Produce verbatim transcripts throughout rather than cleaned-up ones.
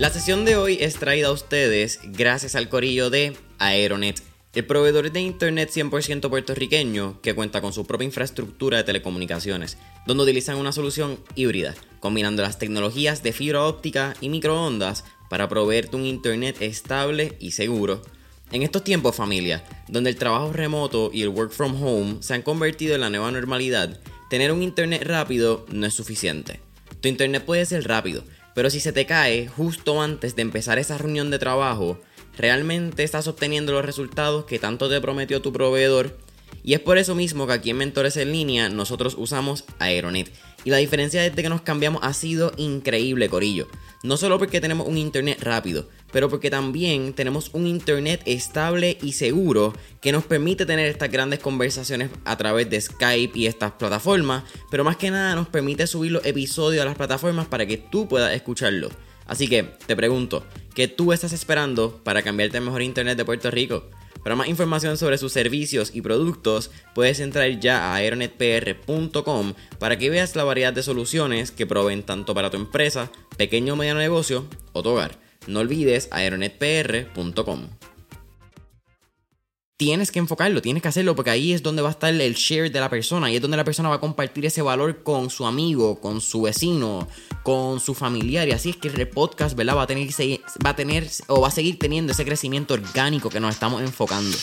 La sesión de hoy es traída a ustedes gracias al corillo de Aeronet, el proveedor de internet cien por ciento puertorriqueño que cuenta con su propia infraestructura de telecomunicaciones, donde utilizan una solución híbrida, combinando las tecnologías de fibra óptica y microondas para proveerte un internet estable y seguro. En estos tiempos, familia, donde el trabajo remoto y el work from home se han convertido en la nueva normalidad, tener un internet rápido no es suficiente. Tu internet puede ser rápido, pero si se te cae justo antes de empezar esa reunión de trabajo, ¿realmente estás obteniendo los resultados que tanto te prometió tu proveedor? Y es por eso mismo que aquí en Mentores en Línea nosotros usamos Aeronet. Y la diferencia desde que nos cambiamos ha sido increíble, corillo. No solo porque tenemos un internet rápido, pero porque también tenemos un internet estable y seguro que nos permite tener estas grandes conversaciones a través de Skype y estas plataformas, pero más que nada nos permite subir los episodios a las plataformas para que tú puedas escucharlos. Así que te pregunto, ¿qué tú estás esperando para cambiarte al mejor internet de Puerto Rico? Para más información sobre sus servicios y productos, puedes entrar ya a aeronet p r punto com para que veas la variedad de soluciones que proveen tanto para tu empresa, pequeño o mediano negocio o tu hogar. No olvides aeronet p r punto com. Tienes que enfocarlo, tienes que hacerlo porque ahí es donde va a estar el share de la persona, ahí es donde la persona va a compartir ese valor con su amigo, con su vecino, con su familiar, y así es que el podcast, ¿verdad? Va a tener, va a tener o va a seguir teniendo ese crecimiento orgánico que nos estamos enfocando.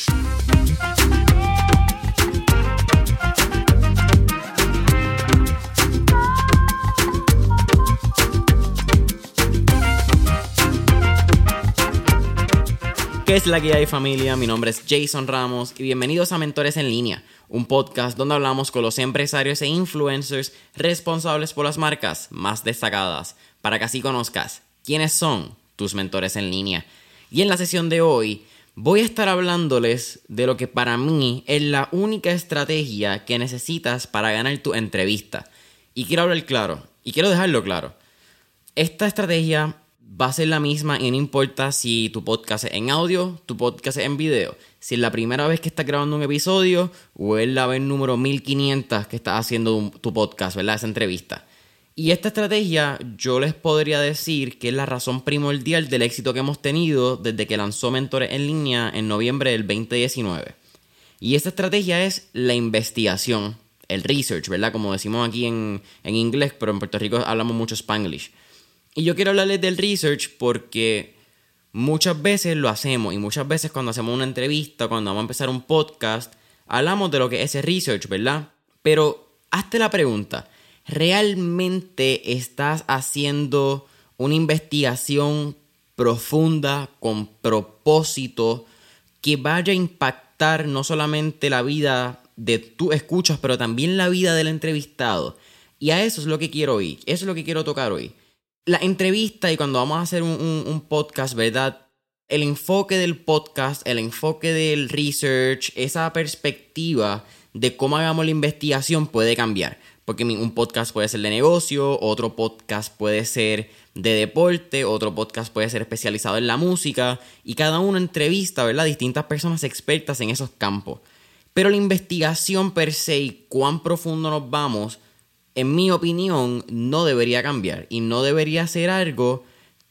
¿Qué es la que hay, familia? Mi nombre es Jason Ramos y bienvenidos a Mentores en Línea, un podcast donde hablamos con los empresarios e influencers responsables por las marcas más destacadas, para que así conozcas quiénes son tus mentores en línea. Y en la sesión de hoy voy a estar hablándoles de lo que para mí es la única estrategia que necesitas para ganar tu entrevista. Y quiero hablar claro, y quiero dejarlo claro. Esta estrategia va a ser la misma y no importa si tu podcast es en audio, tu podcast es en video. Si es la primera vez que estás grabando un episodio o es la vez número mil quinientos que estás haciendo tu podcast, ¿verdad? Esa entrevista. Y esta estrategia yo les podría decir que es la razón primordial del éxito que hemos tenido desde que lanzó Mentores en Línea en noviembre del veinte diecinueve. Y esta estrategia es la investigación, el research, ¿verdad? Como decimos aquí en, en inglés, pero en Puerto Rico hablamos mucho Spanglish. Y yo quiero hablarles del research porque muchas veces lo hacemos y muchas veces cuando hacemos una entrevista, cuando vamos a empezar un podcast, hablamos de lo que es ese research, ¿verdad? Pero hazte la pregunta, ¿realmente estás haciendo una investigación profunda, con propósito, que vaya a impactar no solamente la vida de tus escuchas, pero también la vida del entrevistado? Y a eso es lo que quiero hoy, eso es lo que quiero tocar hoy. La entrevista y cuando vamos a hacer un, un, un podcast, ¿verdad? El enfoque del podcast, el enfoque del research, esa perspectiva de cómo hagamos la investigación puede cambiar. Porque un podcast puede ser de negocio, otro podcast puede ser de deporte, otro podcast puede ser especializado en la música. Y cada uno entrevista, ¿verdad? Distintas personas expertas en esos campos. Pero la investigación per se y cuán profundo nos vamos, en mi opinión, no debería cambiar y no debería ser algo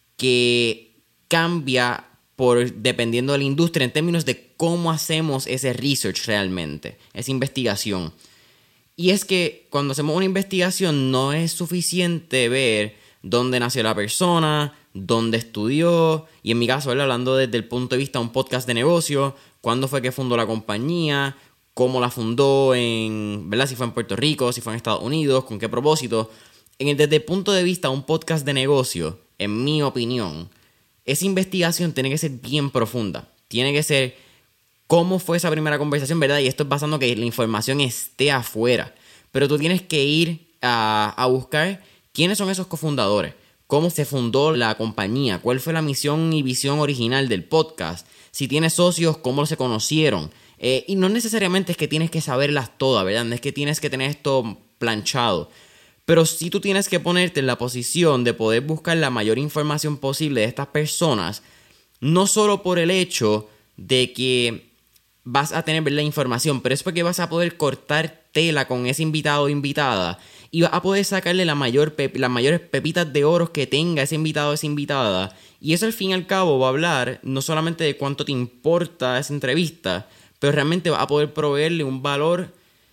que cambia por dependiendo de la industria en términos de cómo hacemos ese research realmente, esa investigación. Y es que cuando hacemos una investigación no es suficiente ver dónde nació la persona, dónde estudió, y en mi caso, ¿verdad? Hablando desde el punto de vista de un podcast de negocio, cuándo fue que fundó la compañía, cómo la fundó, en, ¿verdad? Si fue en Puerto Rico, si fue en Estados Unidos, con qué propósito. En el, desde el punto de vista de un podcast de negocio, en mi opinión, esa investigación tiene que ser bien profunda. Tiene que ser cómo fue esa primera conversación, ¿verdad? Y esto es basando que la información esté afuera. Pero tú tienes que ir a, a buscar quiénes son esos cofundadores, cómo se fundó la compañía, cuál fue la misión y visión original del podcast, si tienes socios, cómo se conocieron. Eh, y no necesariamente es que tienes que saberlas todas, ¿verdad? No es que tienes que tener esto planchado. Pero sí tú tienes que ponerte en la posición de poder buscar la mayor información posible de estas personas. No solo por el hecho de que vas a tener la información, pero es porque vas a poder cortar tela con ese invitado o invitada y vas a poder sacarle la mayor pep- las mayores pepitas de oro que tenga ese invitado o esa invitada. Y eso al fin y al cabo va a hablar no solamente de cuánto te importa esa entrevista, pero realmente vas a poder proveerle un valor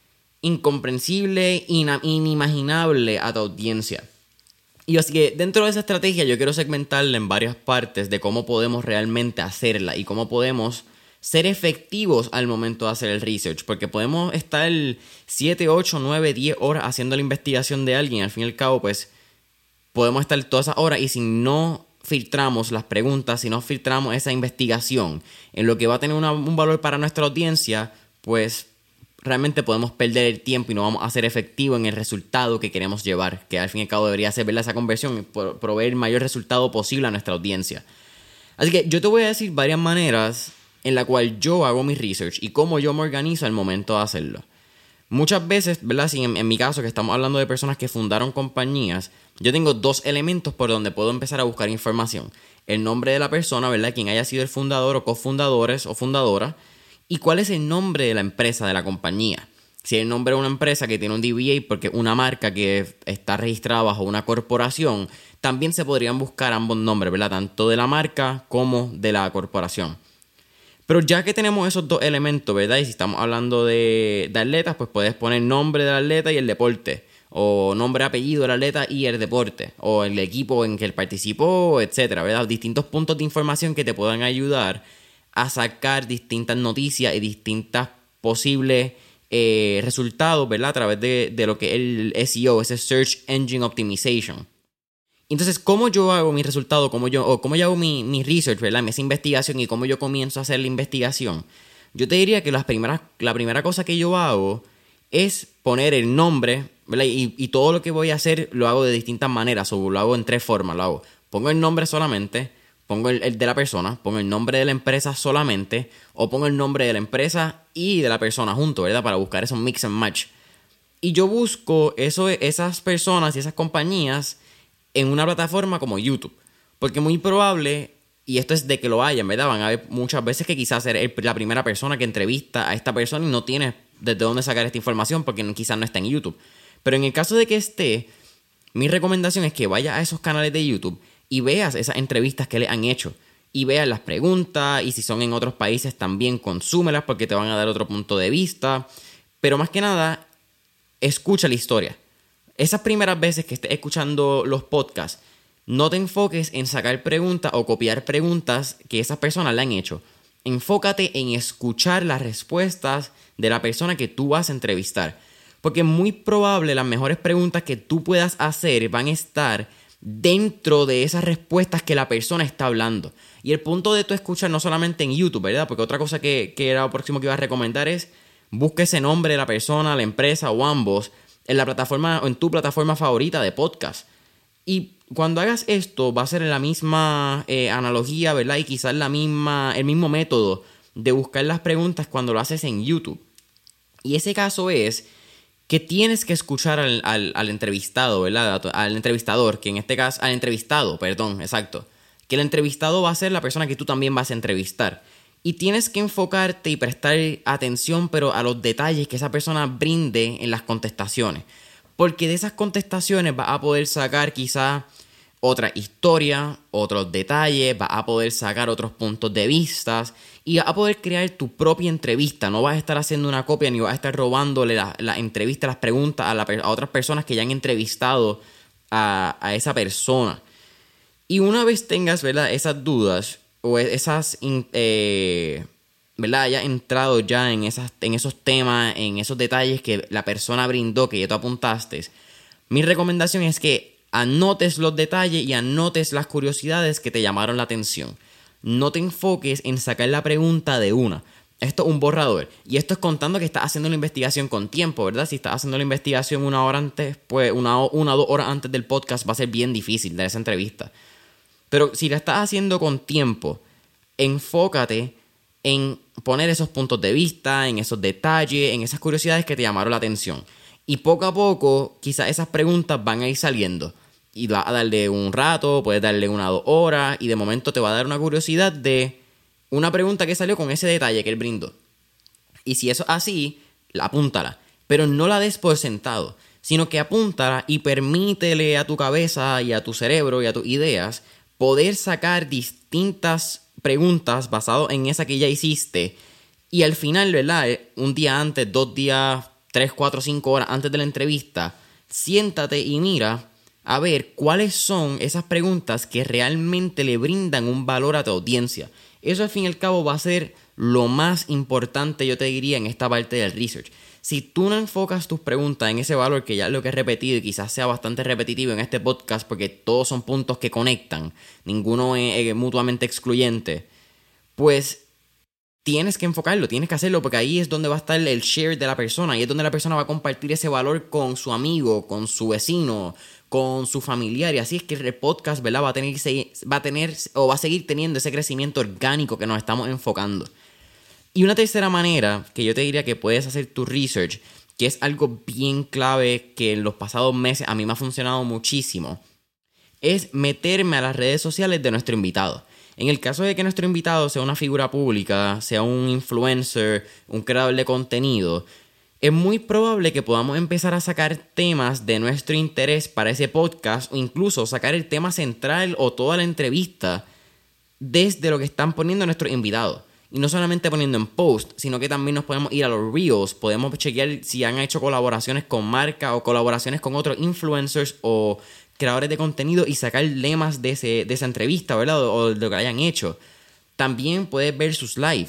incomprensible, ina- inimaginable a tu audiencia. Y así que dentro de esa estrategia yo quiero segmentarla en varias partes de cómo podemos realmente hacerla y cómo podemos ser efectivos al momento de hacer el research. Porque podemos estar siete, ocho, nueve, diez horas haciendo la investigación de alguien. Al fin y al cabo, pues, podemos estar todas esas horas y si no filtramos las preguntas, si no filtramos esa investigación en lo que va a tener una, un valor para nuestra audiencia, pues realmente podemos perder el tiempo y no vamos a ser efectivos en el resultado que queremos llevar, que al fin y al cabo debería ser ver esa conversión y proveer el mayor resultado posible a nuestra audiencia. Así que yo te voy a decir varias maneras en la cual yo hago mi research y cómo yo me organizo al momento de hacerlo. Muchas veces, ¿verdad? Si en, en mi caso, que estamos hablando de personas que fundaron compañías, yo tengo dos elementos por donde puedo empezar a buscar información. El nombre de la persona, ¿verdad? Quien haya sido el fundador o cofundadores o fundadora. ¿Y cuál es el nombre de la empresa, de la compañía? Si el nombre de una empresa que tiene un D B A porque una marca que está registrada bajo una corporación, también se podrían buscar ambos nombres, ¿verdad? Tanto de la marca como de la corporación. Pero ya que tenemos esos dos elementos, ¿verdad? Y si estamos hablando de, de atletas, pues puedes poner nombre del atleta y el deporte. O nombre, apellido del atleta y el deporte. O el equipo en que él participó, etcétera, ¿verdad? Distintos puntos de información que te puedan ayudar a sacar distintas noticias y distintas posibles eh, resultados, ¿verdad? A través de, de lo que es el S E O, ese Search Engine Optimization. Entonces, ¿cómo yo hago mi resultado? ¿Cómo yo, o cómo yo hago mi, mi research, ¿verdad? Esa investigación y cómo yo comienzo a hacer la investigación. Yo te diría que las primeras, la primera cosa que yo hago es poner el nombre, ¿verdad? Y, y todo lo que voy a hacer lo hago de distintas maneras, o lo hago en tres formas. Lo hago. Pongo el nombre solamente, pongo el, el de la persona, pongo el nombre de la empresa solamente, o pongo el nombre de la empresa y de la persona junto, ¿verdad? Para buscar esos mix and match. Y yo busco eso, esas personas y esas compañías en una plataforma como YouTube. Porque muy probable, y esto es de que lo hayan, ¿verdad? Van a haber muchas veces que quizás eres la primera persona que entrevista a esta persona y no tienes desde dónde sacar esta información porque quizás no está en YouTube. Pero en el caso de que esté, mi recomendación es que vayas a esos canales de YouTube y veas esas entrevistas que le han hecho. Y veas las preguntas y si son en otros países también consúmelas porque te van a dar otro punto de vista. Pero más que nada, escucha la historia. Esas primeras veces que estés escuchando los podcasts, no te enfoques en sacar preguntas o copiar preguntas que esas personas le han hecho. Enfócate en escuchar las respuestas de la persona que tú vas a entrevistar. Porque es muy probable las mejores preguntas que tú puedas hacer van a estar dentro de esas respuestas que la persona está hablando. Y el punto de tú escuchar no solamente en YouTube, ¿verdad? Porque otra cosa que, que era lo próximo que iba a recomendar es busca ese nombre de la persona, la empresa o ambos en la plataforma o en tu plataforma favorita de podcast. Y cuando hagas esto va a ser la misma eh, analogía, ¿verdad? Y quizás la misma, el mismo método de buscar las preguntas cuando lo haces en YouTube. Y ese caso es que tienes que escuchar al, al, al entrevistado, ¿verdad? Al entrevistador, que en este caso, al entrevistado, perdón, exacto. Que el entrevistado va a ser la persona que tú también vas a entrevistar. Y tienes que enfocarte y prestar atención, pero a los detalles que esa persona brinde en las contestaciones. Porque de esas contestaciones vas a poder sacar quizás otra historia, otros detalles, vas a poder sacar otros puntos de vista y vas a poder crear tu propia entrevista. No vas a estar haciendo una copia ni vas a estar robándole la, la entrevista, las preguntas a, la, a otras personas que ya han entrevistado a, a esa persona. Y una vez tengas, ¿verdad?, esas dudas o esas, eh, ¿verdad?, hayas entrado ya en, esas, en esos temas, en esos detalles que la persona brindó, que ya tú apuntaste, mi recomendación es que anotes los detalles y anotes las curiosidades que te llamaron la atención. No te enfoques en sacar la pregunta de una. Esto es un borrador. Y esto es contando que estás haciendo la investigación con tiempo, ¿verdad? Si estás haciendo la investigación una hora antes, pues una o una, dos horas antes del podcast va a ser bien difícil de esa entrevista. Pero si la estás haciendo con tiempo, enfócate en poner esos puntos de vista, en esos detalles, en esas curiosidades que te llamaron la atención. Y poco a poco, quizás esas preguntas van a ir saliendo. Y vas a darle un rato, puedes darle una o dos horas, y de momento te va a dar una curiosidad de una pregunta que salió con ese detalle que él brindó. Y si eso es así, apúntala. pero no la des por sentado, sino que apúntala y permítele a tu cabeza y a tu cerebro y a tus ideas poder sacar distintas preguntas basadas en esa que ya hiciste. Y al final, ¿verdad? Un día antes, dos días, tres, cuatro, cinco horas antes de la entrevista, siéntate y mira a ver cuáles son esas preguntas que realmente le brindan un valor a tu audiencia. Eso al fin y al cabo va a ser lo más importante, yo te diría, en esta parte del research. Si tú no enfocas tus preguntas en ese valor, que ya es lo que he repetido y quizás sea bastante repetitivo en este podcast porque todos son puntos que conectan, ninguno es, es mutuamente excluyente, pues tienes que enfocarlo, tienes que hacerlo, porque ahí es donde va a estar el share de la persona, ahí es donde la persona va a compartir ese valor con su amigo, con su vecino, con su familiar, y así es que el podcast, ¿verdad? Va a tener, va a tener o va a seguir teniendo ese crecimiento orgánico que nos estamos enfocando. Y una tercera manera que yo te diría que puedes hacer tu research, que es algo bien clave que en los pasados meses a mí me ha funcionado muchísimo, es meterme a las redes sociales de nuestro invitado. En el caso de que nuestro invitado sea una figura pública, sea un influencer, un creador de contenido, es muy probable que podamos empezar a sacar temas de nuestro interés para ese podcast o incluso sacar el tema central o toda la entrevista desde lo que están poniendo nuestros invitados. Y no solamente poniendo en post, sino que también nos podemos ir a los reels, podemos chequear si han hecho colaboraciones con marcas o colaboraciones con otros influencers o creadores de contenido y sacar lemas de, ese, de esa entrevista, ¿verdad? O, o de lo que hayan hecho. También puedes ver sus live.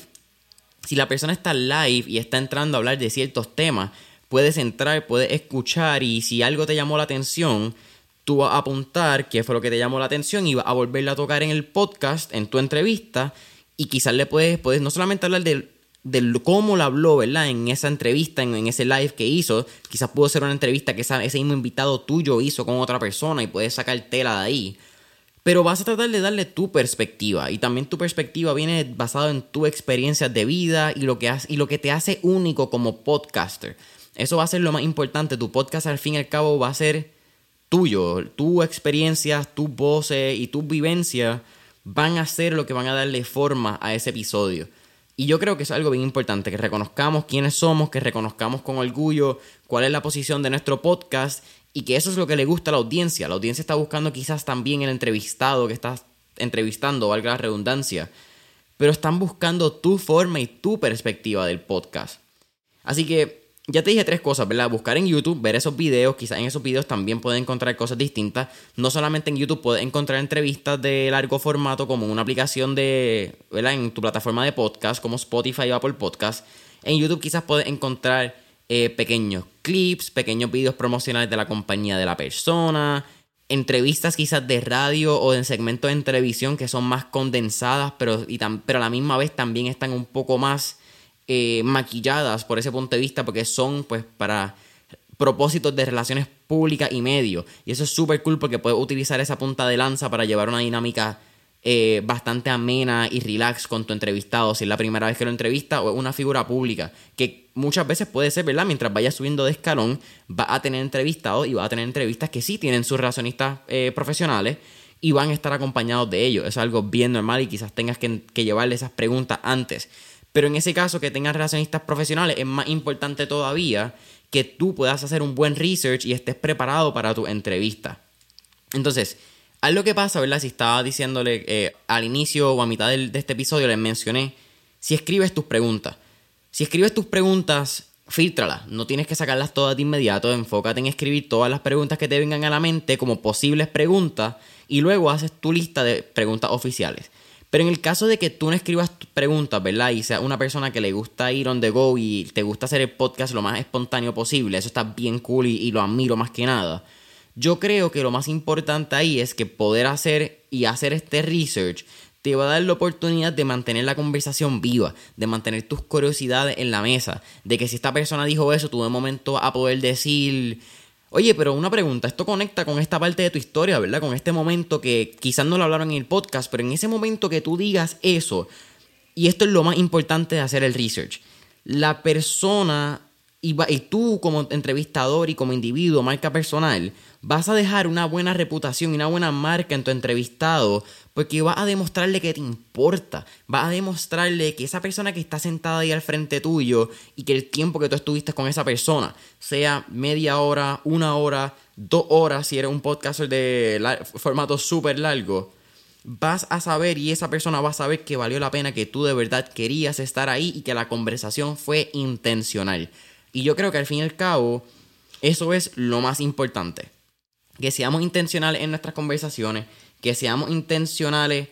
Si la persona está live y está entrando a hablar de ciertos temas, puedes entrar, puedes escuchar y si algo te llamó la atención, tú vas a apuntar qué fue lo que te llamó la atención y vas a volverla a tocar en el podcast, en tu entrevista. Y quizás le puedes, puedes no solamente hablar de, de cómo lo habló, ¿verdad? En esa entrevista, en, en ese live que hizo. Quizás pudo ser una entrevista que esa, ese mismo invitado tuyo hizo con otra persona y puedes sacar tela de ahí. Pero vas a tratar de darle tu perspectiva. Y también tu perspectiva viene basada en tu experiencia de vida y lo que hace, y lo que te hace único como podcaster. Eso va a ser lo más importante. Tu podcast al fin y al cabo va a ser tuyo. Tu experiencia, tus voces y tus vivencias van a ser lo que van a darle forma a ese episodio. Y yo creo que es algo bien importante, que reconozcamos quiénes somos, que reconozcamos con orgullo cuál es la posición de nuestro podcast y que eso es lo que le gusta a la audiencia. La audiencia está buscando quizás también el entrevistado que estás entrevistando, valga la redundancia, pero están buscando tu forma y tu perspectiva del podcast. Así que ya te dije tres cosas, ¿verdad? Buscar en YouTube, ver esos videos. Quizás en esos videos también puedes encontrar cosas distintas. No solamente en YouTube puedes encontrar entrevistas de largo formato como en una aplicación de, ¿verdad? En tu plataforma de podcast como Spotify o Apple Podcast. En YouTube quizás puedes encontrar eh, pequeños clips, pequeños videos promocionales de la compañía de la persona, entrevistas quizás de radio o en segmentos en televisión que son más condensadas, pero, y tam- pero a la misma vez también están un poco más Eh, maquilladas por ese punto de vista porque son pues para propósitos de relaciones públicas y medios y eso es súper cool porque puedes utilizar esa punta de lanza para llevar una dinámica eh, bastante amena y relax con tu entrevistado si es la primera vez que lo entrevista o es una figura pública que muchas veces puede ser, ¿verdad? Mientras vayas subiendo de escalón vas a tener entrevistados y vas a tener entrevistas que sí tienen sus relacionistas eh, profesionales y van a estar acompañados de ellos. Eso es algo bien normal y quizás tengas que, que llevarle esas preguntas antes. Pero en ese caso que tengas relacionistas profesionales es más importante todavía que tú puedas hacer un buen research y estés preparado para tu entrevista. Entonces, algo que pasa, ¿verdad? Si estaba diciéndole eh, al inicio o a mitad del, de este episodio les mencioné, si escribes tus preguntas. Si escribes tus preguntas, fíltralas. No tienes que sacarlas todas de inmediato. Enfócate en escribir todas las preguntas que te vengan a la mente como posibles preguntas y luego haces tu lista de preguntas oficiales. Pero en el caso de que tú no escribas tus preguntas, ¿verdad? Y seas una persona que le gusta ir on the go y te gusta hacer el podcast lo más espontáneo posible, eso está bien cool y, y lo admiro más que nada. Yo creo que lo más importante ahí es que poder hacer y hacer este research te va a dar la oportunidad de mantener la conversación viva, de mantener tus curiosidades en la mesa, de que si esta persona dijo eso, tú de momento vas a poder decir: oye, pero una pregunta, esto conecta con esta parte de tu historia, ¿verdad? Con este momento que quizás no lo hablaron en el podcast, pero en ese momento que tú digas eso, y esto es lo más importante de hacer el research, la persona Y, va, y tú como entrevistador y como individuo, marca personal, vas a dejar una buena reputación y una buena marca en tu entrevistado porque vas a demostrarle que te importa. Vas a demostrarle que esa persona que está sentada ahí al frente tuyo y que el tiempo que tú estuviste con esa persona, sea media hora, una hora, dos horas, si eres un podcaster de lar- formato súper largo, vas a saber y esa persona va a saber que valió la pena, que tú de verdad querías estar ahí y que la conversación fue intencional. Y yo creo que al fin y al cabo, eso es lo más importante. Que seamos intencionales en nuestras conversaciones, que seamos intencionales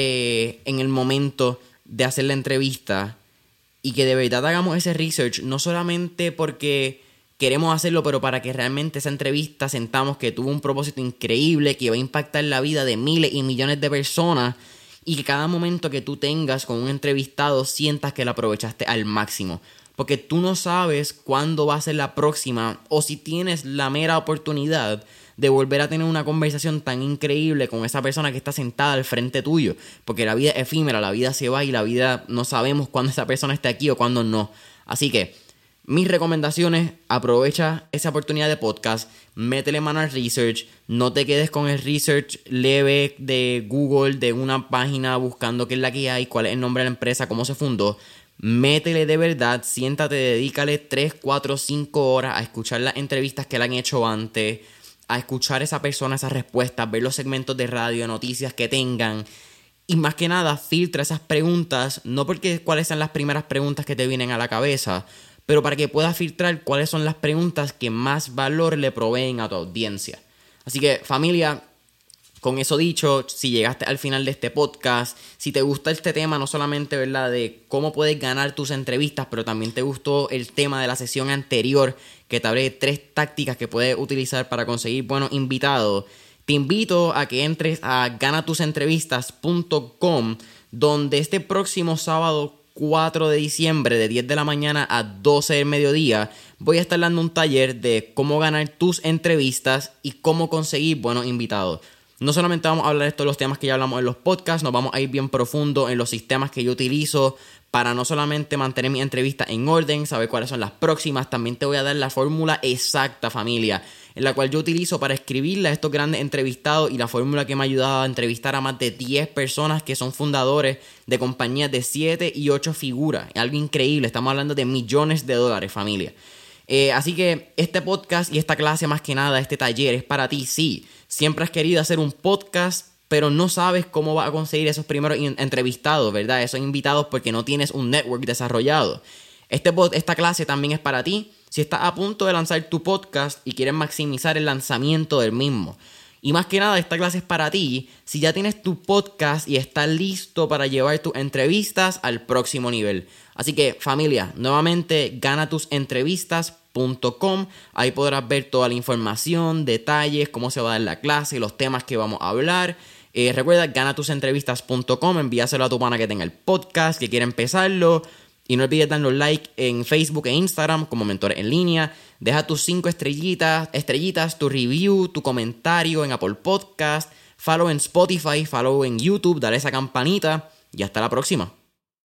eh, en el momento de hacer la entrevista y que de verdad hagamos ese research, no solamente porque queremos hacerlo, pero para que realmente esa entrevista sentamos que tuvo un propósito increíble, que va a impactar la vida de miles y millones de personas y que cada momento que tú tengas con un entrevistado sientas que lo aprovechaste al máximo. Porque tú no sabes cuándo va a ser la próxima o si tienes la mera oportunidad de volver a tener una conversación tan increíble con esa persona que está sentada al frente tuyo. Porque la vida es efímera, la vida se va y la vida no sabemos cuándo esa persona está aquí o cuándo no. Así que mis recomendaciones, aprovecha esa oportunidad de podcast, métele mano al research, no te quedes con el research leve de Google, de una página buscando qué es la que hay, cuál es el nombre de la empresa, cómo se fundó. Métele de verdad, siéntate, dedícale tres, cuatro, cinco horas a escuchar las entrevistas que le han hecho antes, a escuchar a esa persona, esas respuestas, ver los segmentos de radio, noticias que tengan. Y más que nada, filtra esas preguntas, no porque cuáles son las primeras preguntas que te vienen a la cabeza, pero para que puedas filtrar cuáles son las preguntas que más valor le proveen a tu audiencia. Así que, familia, con eso dicho, si llegaste al final de este podcast, si te gusta este tema, no solamente, ¿verdad?, de cómo puedes ganar tus entrevistas, pero también te gustó el tema de la sesión anterior, que te hablé de tres tácticas que puedes utilizar para conseguir buenos invitados, te invito a que entres a gana tus entrevistas punto com, donde este próximo sábado cuatro de diciembre de diez de la mañana a doce del mediodía voy a estar dando un taller de cómo ganar tus entrevistas y cómo conseguir buenos invitados. No solamente vamos a hablar de todos los temas que ya hablamos en los podcasts, nos vamos a ir bien profundo en los sistemas que yo utilizo para no solamente mantener mi entrevista en orden, saber cuáles son las próximas, también te voy a dar la fórmula exacta, familia, en la cual yo utilizo para escribirle a estos grandes entrevistados y la fórmula que me ha ayudado a entrevistar a más de diez personas que son fundadores de compañías de siete y ocho figuras. Es algo increíble, estamos hablando de millones de dólares, familia. Eh, así que este podcast y esta clase, más que nada, este taller es para ti, sí. Siempre has querido hacer un podcast, pero no sabes cómo vas a conseguir esos primeros in- entrevistados, ¿verdad? Esos invitados porque no tienes un network desarrollado. Este pod- esta clase también es para ti si estás a punto de lanzar tu podcast y quieres maximizar el lanzamiento del mismo. Y más que nada, esta clase es para ti si ya tienes tu podcast y estás listo para llevar tus entrevistas al próximo nivel. Así que, familia, nuevamente, gana tus entrevistas punto com. Ahí podrás ver toda la información, detalles, cómo se va a dar la clase y los temas que vamos a hablar. Eh, recuerda, gana tus entrevistas punto com, envíaselo a tu pana que tenga el podcast, que quiera empezarlo. Y no olvides darnos like en Facebook e Instagram como Mentores en Línea. Deja tus cinco estrellitas, estrellitas, tu review, tu comentario en Apple Podcast. Follow en Spotify, follow en YouTube, dale esa campanita y hasta la próxima.